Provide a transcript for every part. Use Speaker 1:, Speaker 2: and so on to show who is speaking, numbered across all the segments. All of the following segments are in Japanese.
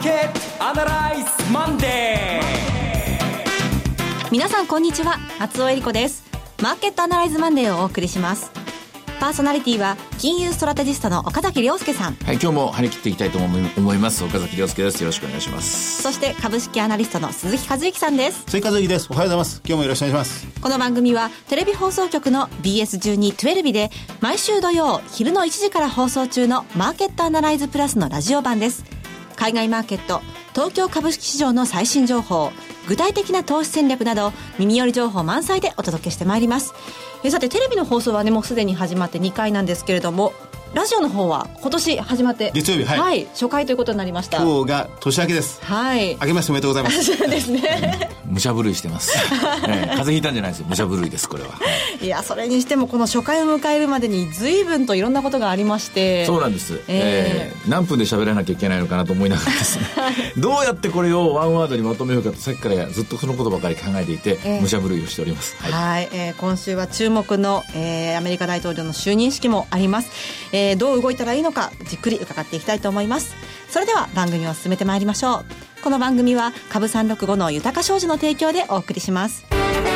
Speaker 1: ケットアナライズマンデー。
Speaker 2: 皆さんこんにちは、松尾恵理子です。マーケットアナライズマンデーをお送りします。パーソナリティは金融ストラテジストの岡崎亮介さん。
Speaker 3: はい、今日も張り切っていきたいと思います。岡崎亮介です。よろしくお願いします。
Speaker 2: そして株式アナリストの鈴木和之さんです。
Speaker 4: 鈴木和之です。おはようございます。今日もよろしくお願いします。
Speaker 2: この番組はテレビ放送局の BS12-12 で毎週土曜昼の1時から放送中のマーケットアナライズプラスのラジオ版です。海外マーケット、東京株式市場の最新情報、具体的な投資戦略など耳寄り情報満載でお届けしてまいります。さてテレビの放送はねもうすでに始まって2回なんですけれども、ラジオの方は今年始まって
Speaker 4: 月曜日、
Speaker 2: はい、初回ということになりました。
Speaker 4: 今日が年明けです。
Speaker 2: はい、
Speaker 4: 明けましておめでとうございます。
Speaker 2: そうですね、
Speaker 3: 武者震いしてます、風邪ひいたんじゃないですよ、武者震いですこれは。
Speaker 2: いや、それにしてもこの初回を迎えるまでに随分といろんなことがありまして。
Speaker 3: そうなんです、何分で喋らなきゃいけないのかなと思いながらですねどうやってこれをワンワードにまとめようかとさっきからずっとそのことばかり考えていて、武者震いをしております。
Speaker 2: はい、今週は注目の、アメリカ大統領の就任式もあります。どう動いたらいいのかじっくり伺っていきたいと思います。それでは番組を進めてまいりましょう。この番組は株365の豊か商事の提供でお送りします。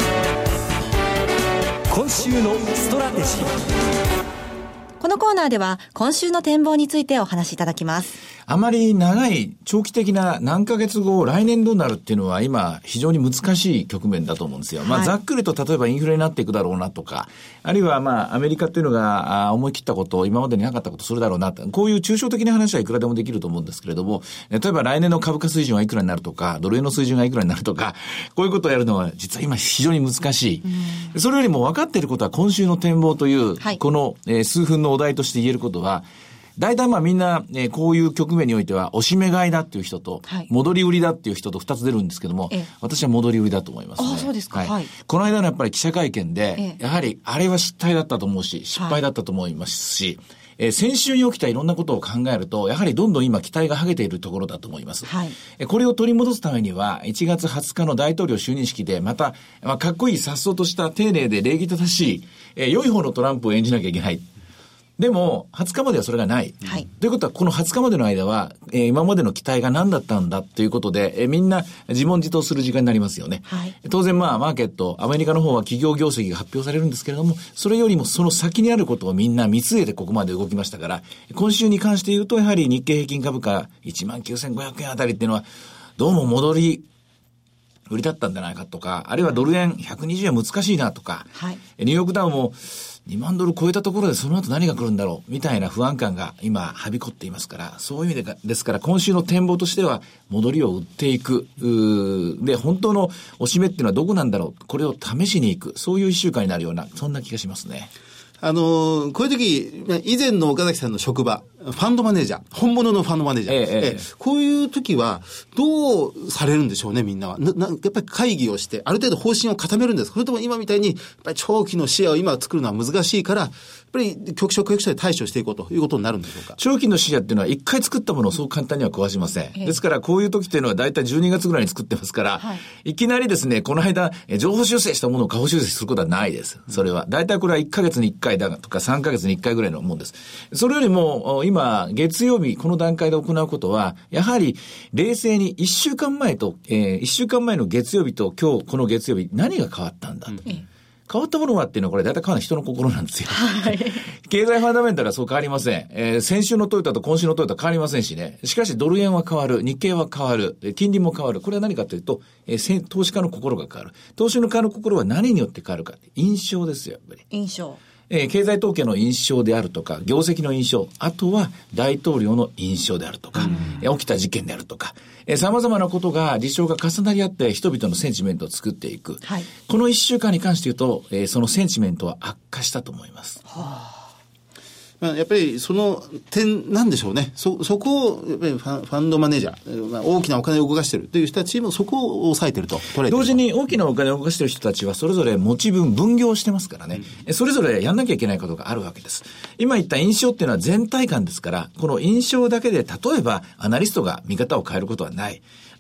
Speaker 1: 今週のストラテジー。
Speaker 2: このコーナーでは今週の展望についてお話しいただきます。
Speaker 3: あまり長い長期的な何ヶ月後来年どうなるっていうのは今非常に難しい局面だと思うんですよ。ざっくりと例えばインフレになっていくだろうなとか、あるいはアメリカっていうのが思い切ったことを今までになかったことをするだろうなと、こういう抽象的な話はいくらでもできると思うんですけれども、例えば来年の株価水準はいくらになるとか、ドル円の水準がいくらになるとか、こういうことをやるのは実は今非常に難しい。それよりも分かっていることは今週の展望という、この数分のお題として言えることは、大体みんな、こういう局面においては押し目買いだっていう人と、戻り売りだっていう人と2つ出るんですけども、私は戻り売りだと思いますね。
Speaker 2: あ、そうですか。
Speaker 3: この間のやっぱり記者会見で、やはりあれは失態だったと思うし、失敗だったと思いますし、先週に起きたいろんなことを考えると、やはりどんどん今期待が剥げているところだと思います。これを取り戻すためには、1月20日の大統領就任式で、また、かっこいい颯爽とした丁寧で礼儀正しい、良い方のトランプを演じなきゃいけない。でも、20日まではそれがない。ということは、この20日までの間は、今までの期待が何だったんだということで、みんな自問自答する時間になりますよね。当然マーケット、アメリカの方は企業業績が発表されるんですけれども、それよりもその先にあることをみんな見据えてここまで動きましたから、今週に関して言うと、やはり日経平均株価 19,500 円あたりっていうのは、どうも戻り売りだったんじゃないかとか、あるいはドル円120円難しいなとか、ニューヨークダウも2万ドル超えたところでその後何が来るんだろうみたいな不安感が今はびこっていますから、そういう意味ですから今週の展望としては戻りを売っていく。で、本当の押し目っていうのはどこなんだろう、これを試しに行く、そういう一週間になるような、そんな気がしますね。
Speaker 4: こういう時、以前の岡崎さんの職場、ファンドマネージャー、本物のファンドマネージャー、こういう時はどうされるんでしょうね、みんなは。やっぱり会議をして、ある程度方針を固めるんです。それとも今みたいに、やっぱり長期の視野を今作るのは難しいから、やっぱり局所で対処していこうということになるんでしょうか。
Speaker 3: 長期の視野っていうのは一回作ったものをそう簡単には壊しません。ですからこういう時っていうのは大体12月ぐらいに作ってますから、いきなりですね、この間、情報修正したものを下方修正することはないです。それは。大体これは1ヶ月に1回だとか3ヶ月に1回ぐらいのもんです。それよりも、今、月曜日、この段階で行うことは、やはり冷静に1週間前と、1週間前の月曜日と今日この月曜日、何が変わったんだと。変わったものはっていうのはこれ大体変わる人の心なんですよ。経済ファンダメンタルはそう変わりません。先週のトヨタと今週のトヨタ変わりませんしね。しかしドル円は変わる、日経は変わる、金利も変わる。これは何かというと、投資家の心が変わる。投資家の心は何によって変わるか。印象ですよ、やっぱり。
Speaker 2: 印象。
Speaker 3: 経済統計の印象であるとか、業績の印象、あとは大統領の印象であるとか、起きた事件であるとか、様々なことが、事象が重なり合って人々のセンチメントを作っていく。この1週間に関して言うと、そのセンチメントは悪化したと思います。
Speaker 4: やっぱりその点なんでしょうね。そこをやっぱりファンドマネージャー、大きなお金を動かしているという人たちもそこを抑えていると捉えている。
Speaker 3: 同時に大きなお金を動かしている人たちはそれぞれ持ち分業してますからね、それぞれやんなきゃいけないことがあるわけです。今言った印象っていうのは全体感ですから、この印象だけで例えばアナリストが見方を変えることはない。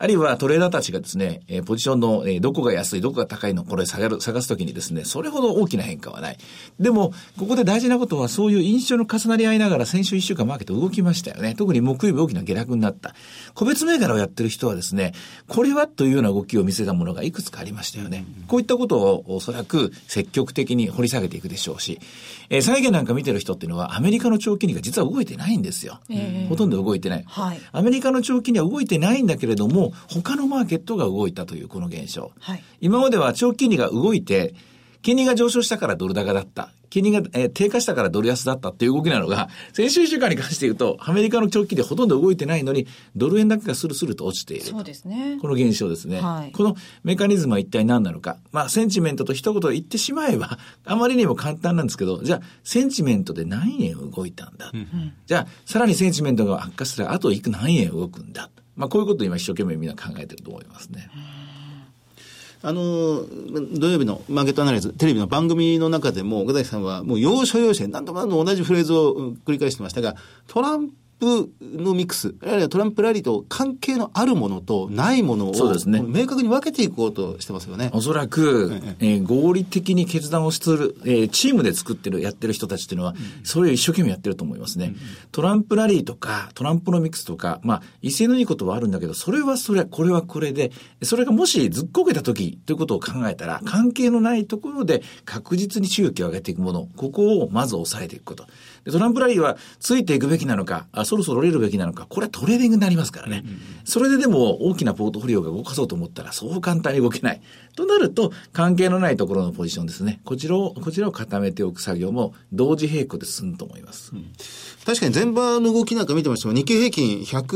Speaker 3: あるいはトレーダーたちがですね、ポジションの、どこが安い、どこが高いの、これ探すときにですね、それほど大きな変化はない。でも、ここで大事なことは、そういう印象の重なり合いながら、先週1週間マーケット動きましたよね。特に木曜日大きな下落になった。個別銘柄をやってる人はですね、これはというような動きを見せたものがいくつかありましたよね。こういったことをおそらく積極的に掘り下げていくでしょうし、債券なんか見てる人っていうのは、アメリカの長期金利が実は動いてないんですよ。ほとんど動いてない。はい、アメリカの長期金利は動いてないんだけれども、他のマーケットが動いたというこの現象。はい、今までは長期金利が動いて、金利が上昇したからドル高だった。金利が、低下したからドル安だったっていう動きなのが、先週1週間に関して言うと、アメリカの長期金利ほとんど動いてないのに、ドル円だけがスルスルと落ちている。
Speaker 2: そうですね。
Speaker 3: この現象ですね。はい、このメカニズムは一体何なのか。センチメントと一言で言ってしまえば、あまりにも簡単なんですけど、じゃあ、センチメントで何円動いたんだ。じゃあ、さらにセンチメントが悪化したら、あと何円動くんだ。こういうことを今一生懸命みんな考えてると思いますね。
Speaker 4: 土曜日のマーケットアナライズ、テレビの番組の中でも、岡崎さんはもう要所要所で何度も同じフレーズを繰り返してましたが、トランプのミックス、あるいはトランプラリーと関係のあるものとないものを、そうですね、明確に分けていこうとしてますよね。
Speaker 3: おそらく、合理的に決断をする、チームでやってる人たちっていうのは、それを一生懸命やってると思いますね。トランプラリーとか、トランプのミックスとか、威勢のいいことはあるんだけど、これはこれで、それがもしずっこけた時ということを考えたら、関係のないところで確実に収益を上げていくもの、ここをまず抑えていくこと。でトランプラリーはついていくべきなのか、そろそろ降りるべきなのか、これはトレーディングになりますからね。それででも大きなポートフォリオが動かそうと思ったらそう簡単に動けない。となると関係のないところのポジションですね。こちらを固めておく作業も同時並行で進むと思います。
Speaker 4: 確かに前場の動きなんか見てましても日経平均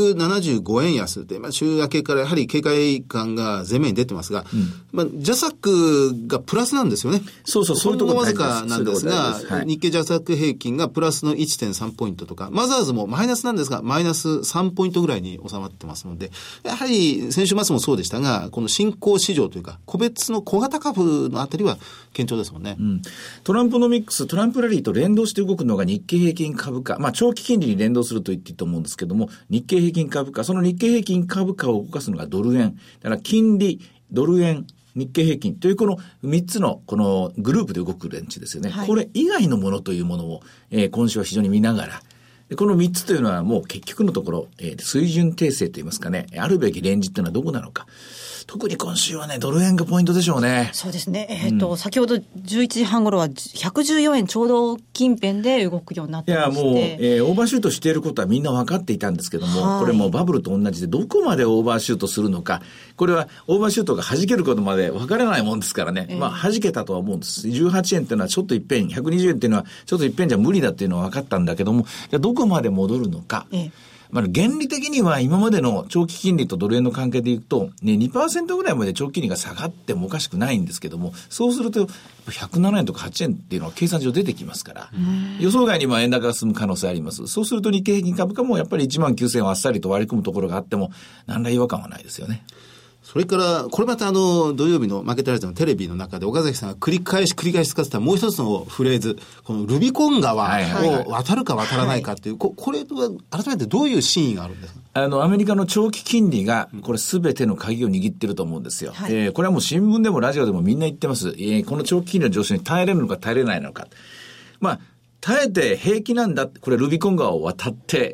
Speaker 4: 175円安で、週明けからやはり警戒感が前面に出てますが、ジャサックがプラスなんですよね。
Speaker 3: そういうところ
Speaker 4: わずかなんですが、日経ジャサック平均がプラスの 1.3 ポイントとか、マザーズもマイナスなんですが、マイナス3ポイントぐらいに収まってますので、やはり先週末もそうでしたが、この新興市場というか、個別の小型株のあたりは堅調ですもんね。
Speaker 3: トランプのミックス、トランプラリーと連動して動くのが日経平均株価。長期金利に連動すると言っていいと思うんですけども、日経平均株価、その日経平均株価を動かすのがドル円。だから金利、ドル円、日経平均というこの3つのこのグループで動くレンチですよね。はい、これ以外のものというものを、今週は非常に見ながら、この3つというのはもう結局のところ、水準訂正といいますかね、あるべきレンジというのはどこなのか。特に今週はね、ドル円がポイントでしょうね。
Speaker 2: そうですね。先ほど11時半頃は114円ちょうど近辺で動くようになってまして。
Speaker 3: いや、もう、オーバーシュートしていることはみんな分かっていたんですけども、これもうバブルと同じでどこまでオーバーシュートするのか、これはオーバーシュートが弾けることまで分からないもんですからね。弾けたとは思うんです。18円っていうのはちょっと一遍、120円っていうのはちょっと一遍じゃ無理だっていうのは分かったんだけども、じゃあどこまで戻るのか。原理的には今までの長期金利とドル円の関係でいくと、2% ぐらいまで長期金利が下がってもおかしくないんですけども、そうすると107円とか8円っていうのは計算上出てきますから、予想外に円高が進む可能性あります。そうすると日経平均株価もやっぱり19,000円をあっさりと割り込むところがあっても何ら違和感はないですよね。
Speaker 4: それから、これまた土曜日のマーケットライズのテレビの中で岡崎さんが繰り返し使ってたもう一つのフレーズ、このルビコン川を渡るか渡らないかっていう、これは改めてどういう真意があるんですか？
Speaker 3: アメリカの長期金利が、これ全ての鍵を握ってると思うんですよ。これはもう新聞でもラジオでもみんな言ってます。この長期金利の上昇に耐えれるのか耐えれないのか。耐えて平気なんだって、これルビコン川を渡って、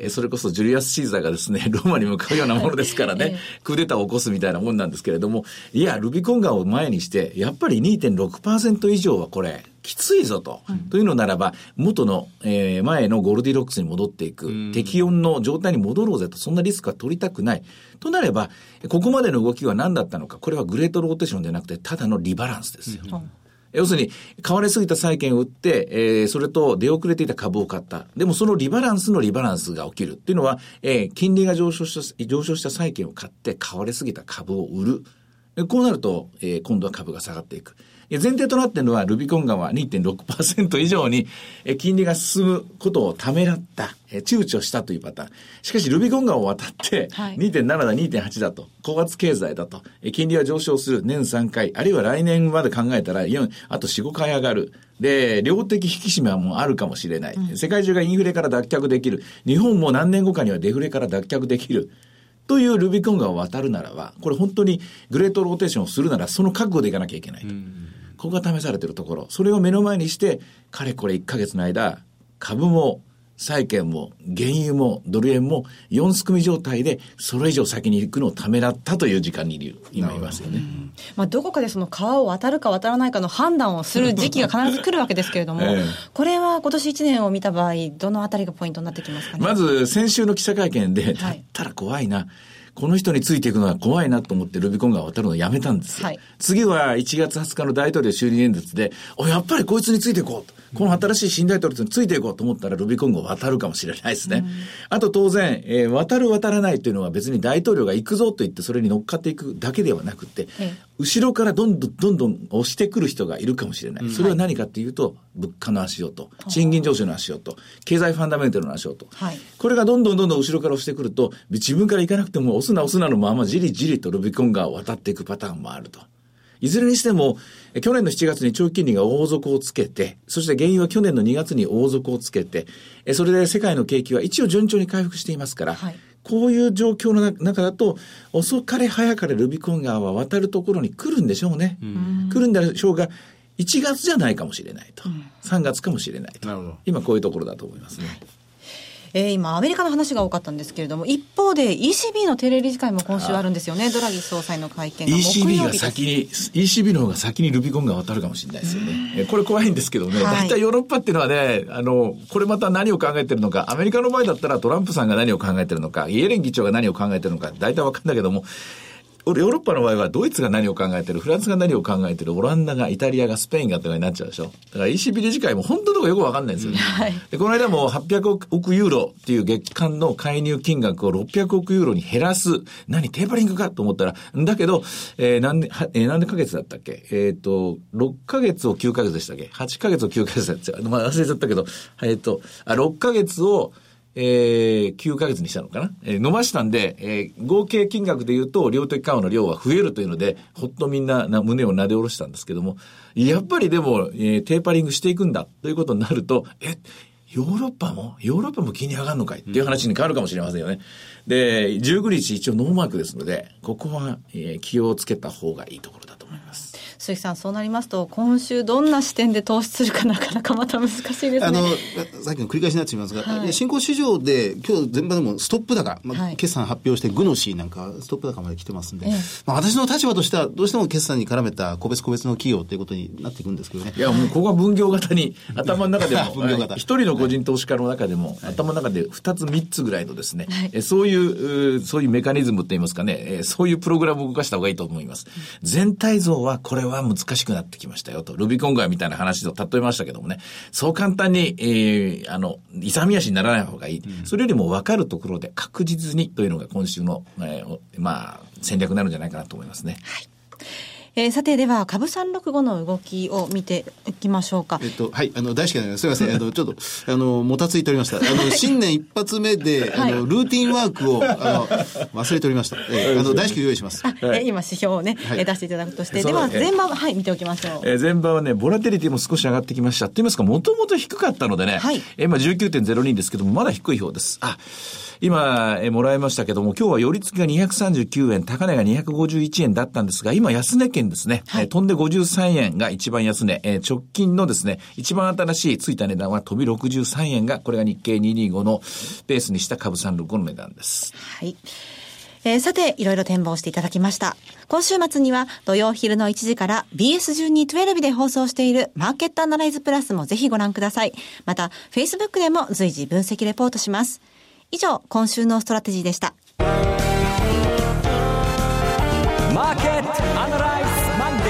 Speaker 3: それこそジュリアス・シーザーがですね、ローマに向かうようなものですからね、クーデターを起こすみたいなもんなんですけれども、いや、ルビコン川を前にして、やっぱり 2.6% 以上はこれ、きついぞと。というのならば、元の、前のゴールディロックスに戻っていく、適温の状態に戻ろうぜと、そんなリスクは取りたくない。となれば、ここまでの動きは何だったのか、これはグレートローテーションではなくて、ただのリバランスですよ。要するに、買われすぎた債券を売って、それと出遅れていた株を買った。でもそのリバランスのリバランスが起きるっていうのは、金利が上昇した債券を買って買われすぎた株を売る。こうなると、今度は株が下がっていく。前提となっているのは、ルビコン川は 2.6% 以上に、金利が進むことをためらった、躊躇したというパターン。しかし、ルビコン川を渡って、2.7 だ、2.8 だと、高圧経済だと、金利は上昇する、年3回、あるいは来年まで考えたら、あと4、5回上がる。で、量的引き締めはもうあるかもしれない。世界中がインフレから脱却できる。日本も何年後かにはデフレから脱却できる。 というルビコン川を渡るならば、これ本当にグレートローテーションをするならその覚悟でいかなきゃいけないと。ここが試されているところ。それを目の前にして、かれこれ1ヶ月の間、株も債券も原油もドル円も4すくみ状態でそれ以上先に行くのをためらったという時間に今いますよね。
Speaker 2: どこかでその川を渡るか渡らないかの判断をする時期が必ず来るわけですけれども、これは今年1年を見た場合どのあたりがポイントになってきますかね。
Speaker 3: まず先週の記者会見で、だったら怖いな、この人についていくのは怖いなと思ってルビコン川を渡るのをやめたんですよ。次は1月20日の大統領就任演説で、やっぱりこいつについていこうと。この新しい新大統領についていこうと思ったらルビコン川を渡るかもしれないですね。あと当然、渡る渡らないというのは別に大統領が行くぞと言ってそれに乗っかっていくだけではなくて、後ろからどんどん押してくる人がいるかもしれない。それは何かっていうと、物価の足音、賃金上昇の足音、経済ファンダメンタルの足音。これがどんどん後ろから押してくると、自分から行かなくても押すなのままじりじりとルビコン川を渡っていくパターンもあると。いずれにしても、去年の7月に長期金利が大底をつけて、そして原油は去年の2月に大底をつけて、それで世界の景気は一応順調に回復していますから、こういう状況の中だと、遅かれ早かれルビコン川は渡るところに来るんでしょうね。来るんでしょうが、1月じゃないかもしれないと。3月かもしれないと。今こういうところだと思いますね。
Speaker 2: 今アメリカの話が多かったんですけれども、一方で ECB の定例理事会も今週あるんですよね。ドラギ総裁の会見が木曜日です。
Speaker 3: ECB の方が先にルビコンが渡るかもしれないですよね。これ怖いんですけどね、大体ヨーロッパっていうのはね、これまた何を考えてるのか、アメリカの場合だったらトランプさんが何を考えてるのか、イエレン議長が何を考えてるのか大体わかんないけども、ヨーロッパの場合はドイツが何を考えてる、フランスが何を考えてる、オランダが、イタリアが、スペインがとかになっちゃうでしょ。だから ECB 理事会も本当のところよくわかんないんですよね。で、この間も800億ユーロっていう月間の介入金額を600億ユーロに減らす。何、テーパリングかと思ったら、だけど、何ヶ月だったっけ6ヶ月を9ヶ月でしたっけ ?8 ヶ月を9ヶ月だった。忘れちゃったけど、6ヶ月を9ヶ月にしたのかな、伸ばしたんで、合計金額で言うと量的緩和の量は増えるというので、ほっとみんな胸をなで下ろしたんですけども、やっぱりでも、テーパリングしていくんだということになると、ヨーロッパも気に上がるのかいっていう話に変わるかもしれませんよね。で、19日一応ノーマークですので、ここは、気をつけた方がいいところだと思います。
Speaker 2: 鈴木さん、そうなりますと今週どんな視点で投資するかなかなかまた難しいですね。
Speaker 4: さっきの繰り返しになってしまいますが、新興市場で今日全般でもストップ高、決算発表してグノシーなんかストップ高まで来てますんで、私の立場としてはどうしても決算に絡めた個別の企業ということになっていくんですけどね。
Speaker 3: いや、もうここは分業型に頭の中でも一人の個人投資家の中でも、頭の中で2つ3つぐらいのですね、そういうメカニズムって言いますかね、そういうプログラムを動かした方がいいと思います。全体像はこれは難しくなってきましたよと。ルビコン川みたいな話と例えましたけどもね、そう簡単に、勇み足にならない方がいい。それよりも分かるところで確実にというのが今週の、戦略になるんじゃないかなと思いますね。
Speaker 2: さて、では株365の動きを見ていきましょうか。
Speaker 4: 大好きなのすみません。ちょっともたついておりました。新年一発目でルーティンワークを忘れておりました。大至急用意します。
Speaker 2: 今指標をね、出していただくとして、では前場は見ておきましょう。
Speaker 3: 前場はね、ボラテリティも少し上がってきました。と言いますか、もともと低かったのでね、今 19.02 ですけども、まだ低い方です。今、もらいましたけども、今日は寄り付きが239円、高値が251円だったんですが、今安値圏ですね。飛んで53円が一番安値。直近のですね、一番新しいついた値段は飛び63円が、これが日経225のベースにした株365の値段です。
Speaker 2: さて、いろいろ展望していただきました。今週末には土曜昼の1時から BS1212 で放送しているマーケットアナライズプラスもぜひご覧ください。また、Facebook でも随時分析レポートします。以上、今週のストラテジーでした。
Speaker 1: マーケットアナライズマン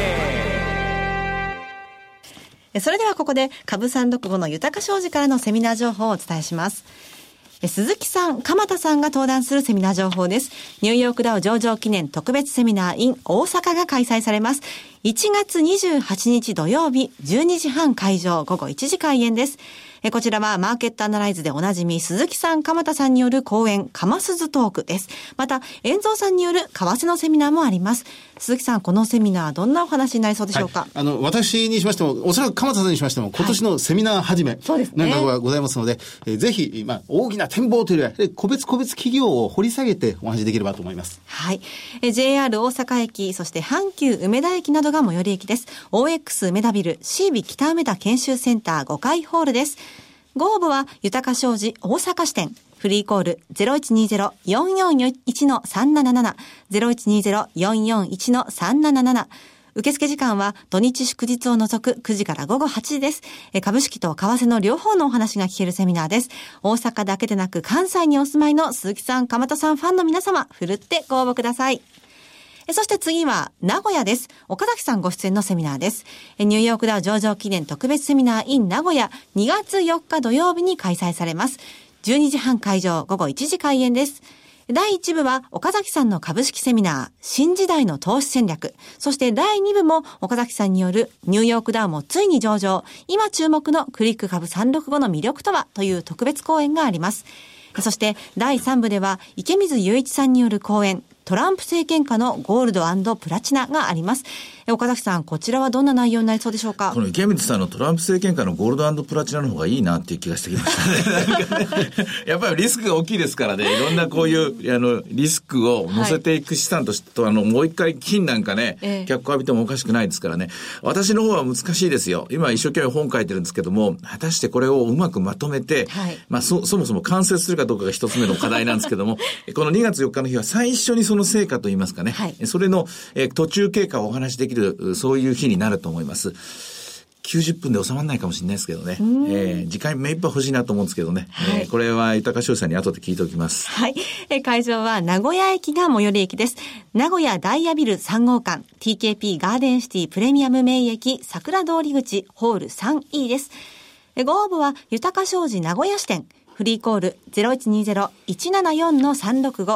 Speaker 2: デー。それではここで株365の豊商事からのセミナー情報をお伝えします。鈴木さん、鎌田さんが登壇するセミナー情報です。ニューヨークダウ上場記念特別セミナー in 大阪が開催されます。1月28日土曜日12時半会場、午後1時開演です。 こちらはマーケットアナライズでおなじみ鈴木さん、鎌田さんによる講演、かますずトークです。また、遠蔵さんによる為替のセミナーもあります。鈴木さん、このセミナーどんなお話になりそうでしょうか？
Speaker 4: 私にしましても、おそらく鎌田さんにしましても、今年のセミナー始め、
Speaker 2: そうですね。
Speaker 4: がございますので、ぜひ、大きな展望というよりは、個別企業を掘り下げてお話しできればと思います。
Speaker 2: はい。JR 大阪駅、そして阪急梅田駅などが最寄り駅です。OX 梅田ビル、CB 北梅田研修センター5階ホールです。ご応募は、豊か商事大阪支店。フリーコール 0120-441-377 0120-441-377。受付時間は土日祝日を除く9時から午後8時です。株式と為替の両方のお話が聞けるセミナーです。大阪だけでなく関西にお住まいの鈴木さん、鎌田さんファンの皆様、ふるってご応募ください。そして次は名古屋です。岡崎さんご出演のセミナーです。ニューヨークダウ上場記念特別セミナー in 名古屋2月4日土曜日に開催されます。12時半会場、午後1時開演です。第1部は岡崎さんの株式セミナー、新時代の投資戦略。そして第2部も岡崎さんによるニューヨークダウもついに上場。今注目のクリック株365の魅力とはという特別講演があります。そして第3部では池水雄一さんによる講演、トランプ政権下のゴールド&プラチナがあります。岡崎さん、こちらはどんな内容になりそうでしょうか？
Speaker 3: この池水さんのトランプ政権下のゴールド&プラチナの方がいいなっていう気がしてきましたね。やっぱりリスクが大きいですからね、いろんなこういうリスクを乗せていく資産として、もう一回金なんかね、脚光浴びてもおかしくないですからね。私の方は難しいですよ。今一生懸命本書いてるんですけども、果たしてこれをうまくまとめて、そもそも完成するかどうかが一つ目の課題なんですけども、この2月4日の日は最初にその成果といいますかね、それの、途中経過をお話しできる、そういう日になると思います。90分で収まらないかもしれないですけどね。時間目いっぱい欲しいなと思うんですけどね。これは豊か商事さんに後で聞いておきます。
Speaker 2: はい。会場は名古屋駅が最寄り駅です。名古屋ダイヤビル3号館 TKP ガーデンシティプレミアム名駅桜通り口ホール 3E です。ご応募は豊か商事名古屋支店フリーコール 0120-174-365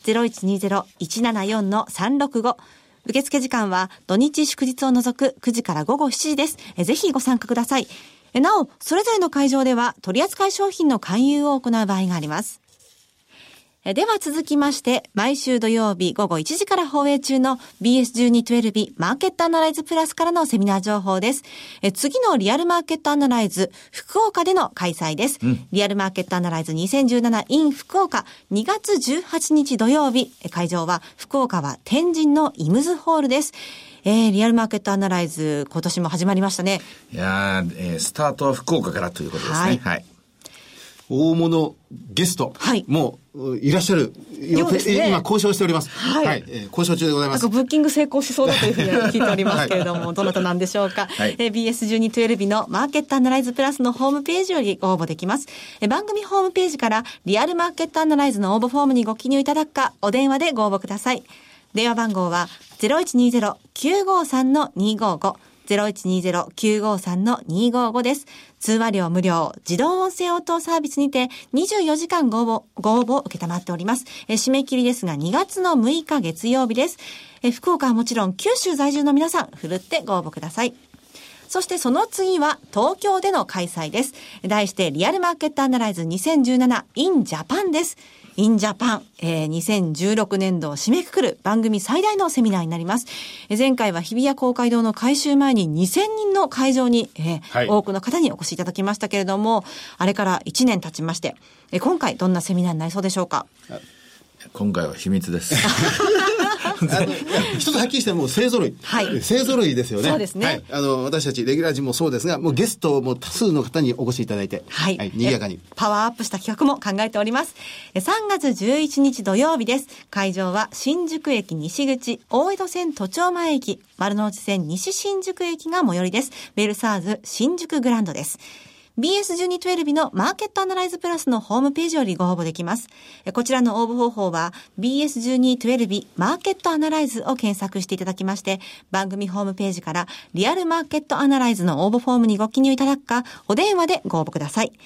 Speaker 2: 0120-174-365。受付時間は土日祝日を除く9時から午後7時です。ぜひご参加ください。なお、それぞれの会場では取扱い商品の勧誘を行う場合があります。では続きまして、毎週土曜日午後1時から放映中の BS1212 マーケットアナライズプラスからのセミナー情報です。次のリアルマーケットアナライズ、福岡での開催です。リアルマーケットアナライズ 2017in 福岡、2月18日土曜日、会場は福岡は天神のイムズホールです。リアルマーケットアナライズ、今年も始まりましたね。
Speaker 3: いやー、スタートは福岡からということですね。はい。
Speaker 4: 大物ゲスト、もういらっしゃるようですね。今交渉しております。交渉中でございます。
Speaker 2: なんかブッキング成功しそうだというふうに聞いておりますけれども、どなたなんでしょうか。BS1212 のマーケットアナライズプラスのホームページよりご応募できます。番組ホームページからリアルマーケットアナライズの応募フォームにご記入いただくか、お電話でご応募ください。電話番号は 0120-953-2550120-953-255 です。通話料無料、自動音声応答サービスにて24時間ご応募を受けたまっております。締め切りですが2月の6日月曜日です。福岡はもちろん九州在住の皆さん、ふるってご応募ください。そしてその次は東京での開催です。題してリアルマーケットアナライズ 2017in Japan です。in Japan、2016年度を締めくくる番組最大のセミナーになります。前回は日比谷公会堂の改修前に2000人の会場に、多くの方にお越しいただきましたけれども、あれから1年経ちまして、今回どんなセミナーになりそうでしょうか？
Speaker 3: 今回は秘密です。
Speaker 4: 一つはっきりしてもう勢揃い。勢揃いですよね。
Speaker 2: そうですね。
Speaker 4: 私たちレギュラー陣もそうですが、もうゲストも多数の方にお越しいただいて、賑やかに。
Speaker 2: パワーアップした企画も考えております。3月11日土曜日です。会場は新宿駅西口、大江戸線都庁前駅、丸の内線西新宿駅が最寄りです。ベルサーズ新宿グランドです。BS1212 のマーケットアナライズプラスのホームページよりご応募できます。こちらの応募方法は BS1212 マーケットアナライズを検索していただきまして、番組ホームページからリアルマーケットアナライズの応募フォームにご記入いただくか、お電話でご応募ください。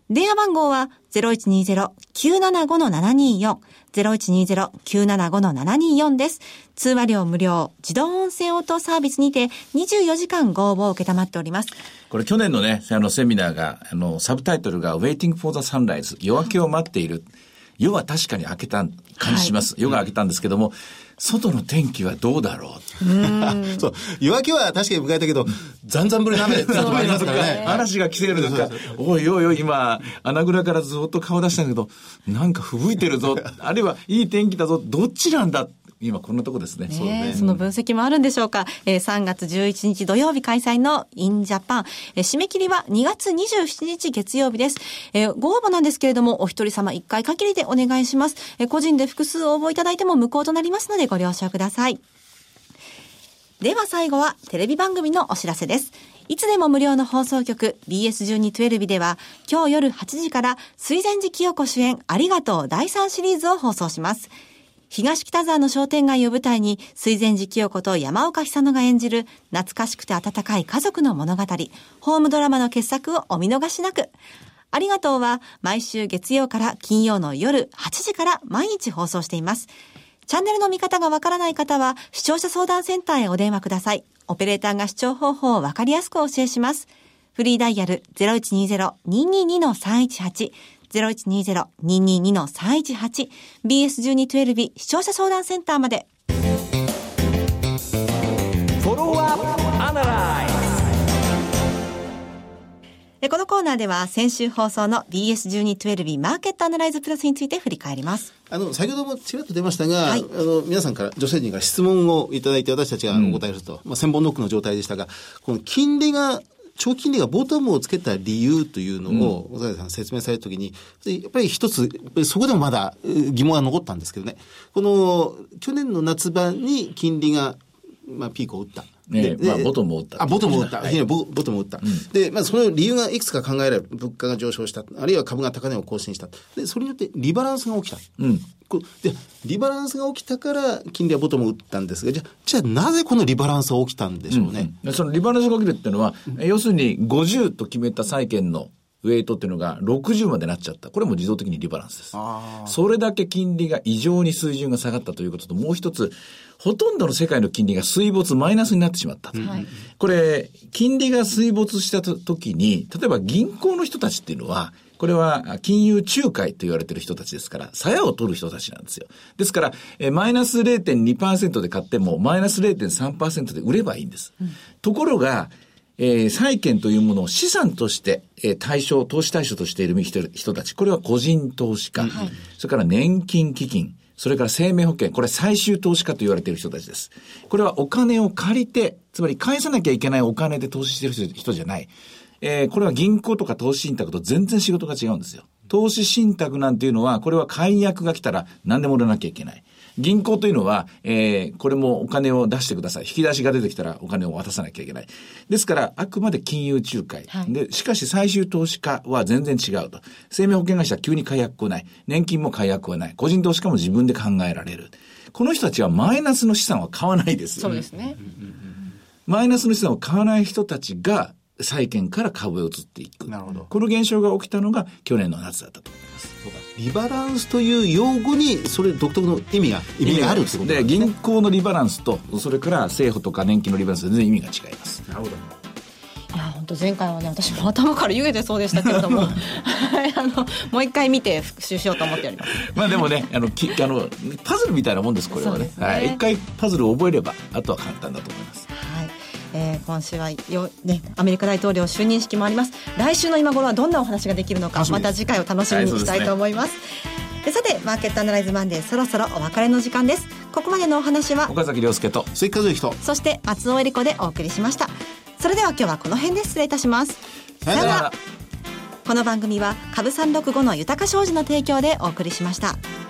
Speaker 2: 電話番号は 0120-975-724 0120-975-724 です。通話料無料、自動音声応答サービスにて24時間ご応募を受けたまっております。
Speaker 3: これ去年のね、セミナーが、サブタイトルが Waiting for the Sunrise、夜明けを待っている。夜は確かに明けた感じします。夜が明けたんですけども、外の天気はどうだろう。
Speaker 4: そう。夜明けは確かに迎えたけど、ざんざん降りの雨ってのもありますからね。
Speaker 3: 嵐が来てるんですか。おいおいおい、今、穴蔵からずっと顔出したんだけど、なんか吹雪いてるぞ。あるいは、いい天気だぞ。どっちなんだ。今こんなとこですね。
Speaker 2: そうね。その分析もあるんでしょうか。3月11日土曜日開催の in Japan、締め切りは2月27日月曜日です。ご応募なんですけれども、お一人様1回限りでお願いします。個人で複数応募いただいても無効となりますのでご了承ください。では最後はテレビ番組のお知らせです。いつでも無料の放送局 BS1212 では今日夜8時から水前寺清子主演ありがとう第3シリーズを放送します。東北沢の商店街を舞台に水前寺清子と山岡久乃が演じる懐かしくて温かい家族の物語、ホームドラマの傑作をお見逃しなく。ありがとうは毎週月曜から金曜の夜8時から毎日放送しています。チャンネルの見方がわからない方は視聴者相談センターへお電話ください。オペレーターが視聴方法をわかりやすくお教えします。フリーダイヤル 0120-222-318 0120-222-318 BS1212 視聴者相談センターまで。このコーナーでは先週放送の BS1212 マーケットアナライズプラスについて振り返ります。
Speaker 4: 先ほどもちらっと出ましたが、はい、皆さんから、女性陣から質問をいただいて私たちがお答えすると、千本ノックの状態でしたが、この長期金利がボトムをつけた理由というのを、小坂さん説明されたときに、やっぱり一つ、そこでもまだ疑問が残ったんですけどね。この、去年の夏場に金利が、ピークを打った。
Speaker 3: ボトムを打った。
Speaker 4: ボトムを打った。ボトムを打った。で、その理由がいくつか考えられる。物価が上昇した。あるいは株が高値を更新した。で、それによってリバランスが起きた。で、リバランスが起きたから金利はボトムを打ったんですが、じゃあなぜこのリバランスが起きたんでしょうね。
Speaker 3: そのリバランスが起きるっていうのは、要するに50と決めた債券のウェイトっていうのが60までなっちゃった。これも自動的にリバランスです。それだけ金利が異常に水準が下がったということと、もう一つ、ほとんどの世界の金利が水没マイナスになってしまったと。これ、金利が水没した時に、例えば銀行の人たちっていうのは、これは金融仲介と言われている人たちですから、鞘を取る人たちなんですよ。ですから、マイナス 0.2% で買っても、マイナス 0.3% で売ればいいんです。ところが、債券というものを資産として、投資対象としている人たち、これは個人投資家、それから年金基金、それから生命保険、これ最終投資家と言われている人たちです。これはお金を借りて、つまり返さなきゃいけないお金で投資している人じゃない。これは銀行とか投資信託と全然仕事が違うんですよ。投資信託なんていうのは、これは解約が来たら何でも売らなきゃいけない。銀行というのは、これもお金を出してください。引き出しが出てきたらお金を渡さなきゃいけない。ですから、あくまで金融仲介。で、しかし最終投資家は全然違うと。生命保険会社は急に解約来ない。年金も解約はない。個人投資家も自分で考えられる。この人たちはマイナスの資産は買わないです。
Speaker 2: そうですね。
Speaker 3: マイナスの資産を買わない人たちが、債券から株へ移っていく。なるほど。この現象が起きたのが去年の夏だったと思います。
Speaker 4: そうか。リバランスという用語にそれ独特の意味があるってことですね。
Speaker 3: で、銀行のリバランスとそれから政府とか年金のリバランスで全然意味が違います。
Speaker 4: なるほど。
Speaker 2: いや本当前回はね、私も頭から湯気出そうでしたけれどももう一回見て復習しようと思っております。
Speaker 3: でもね、パズルみたいなもんです。これはね。はい。一回パズルを覚えればあとは簡単だと思います。
Speaker 2: 今週はアメリカ大統領就任式もあります。来週の今頃はどんなお話ができるのか、また次回を楽しみにしたいと思います。さて、マーケットアナライズマンデー、そろそろお別れの時間です。ここまでのお話は
Speaker 3: 岡崎亮介と
Speaker 4: 関和之と、
Speaker 2: そして松尾恵理子でお送りしました。それでは今日はこの辺で失礼いたします。
Speaker 4: さよなら。
Speaker 2: この番組は株365の豊か商事の提供でお送りしました。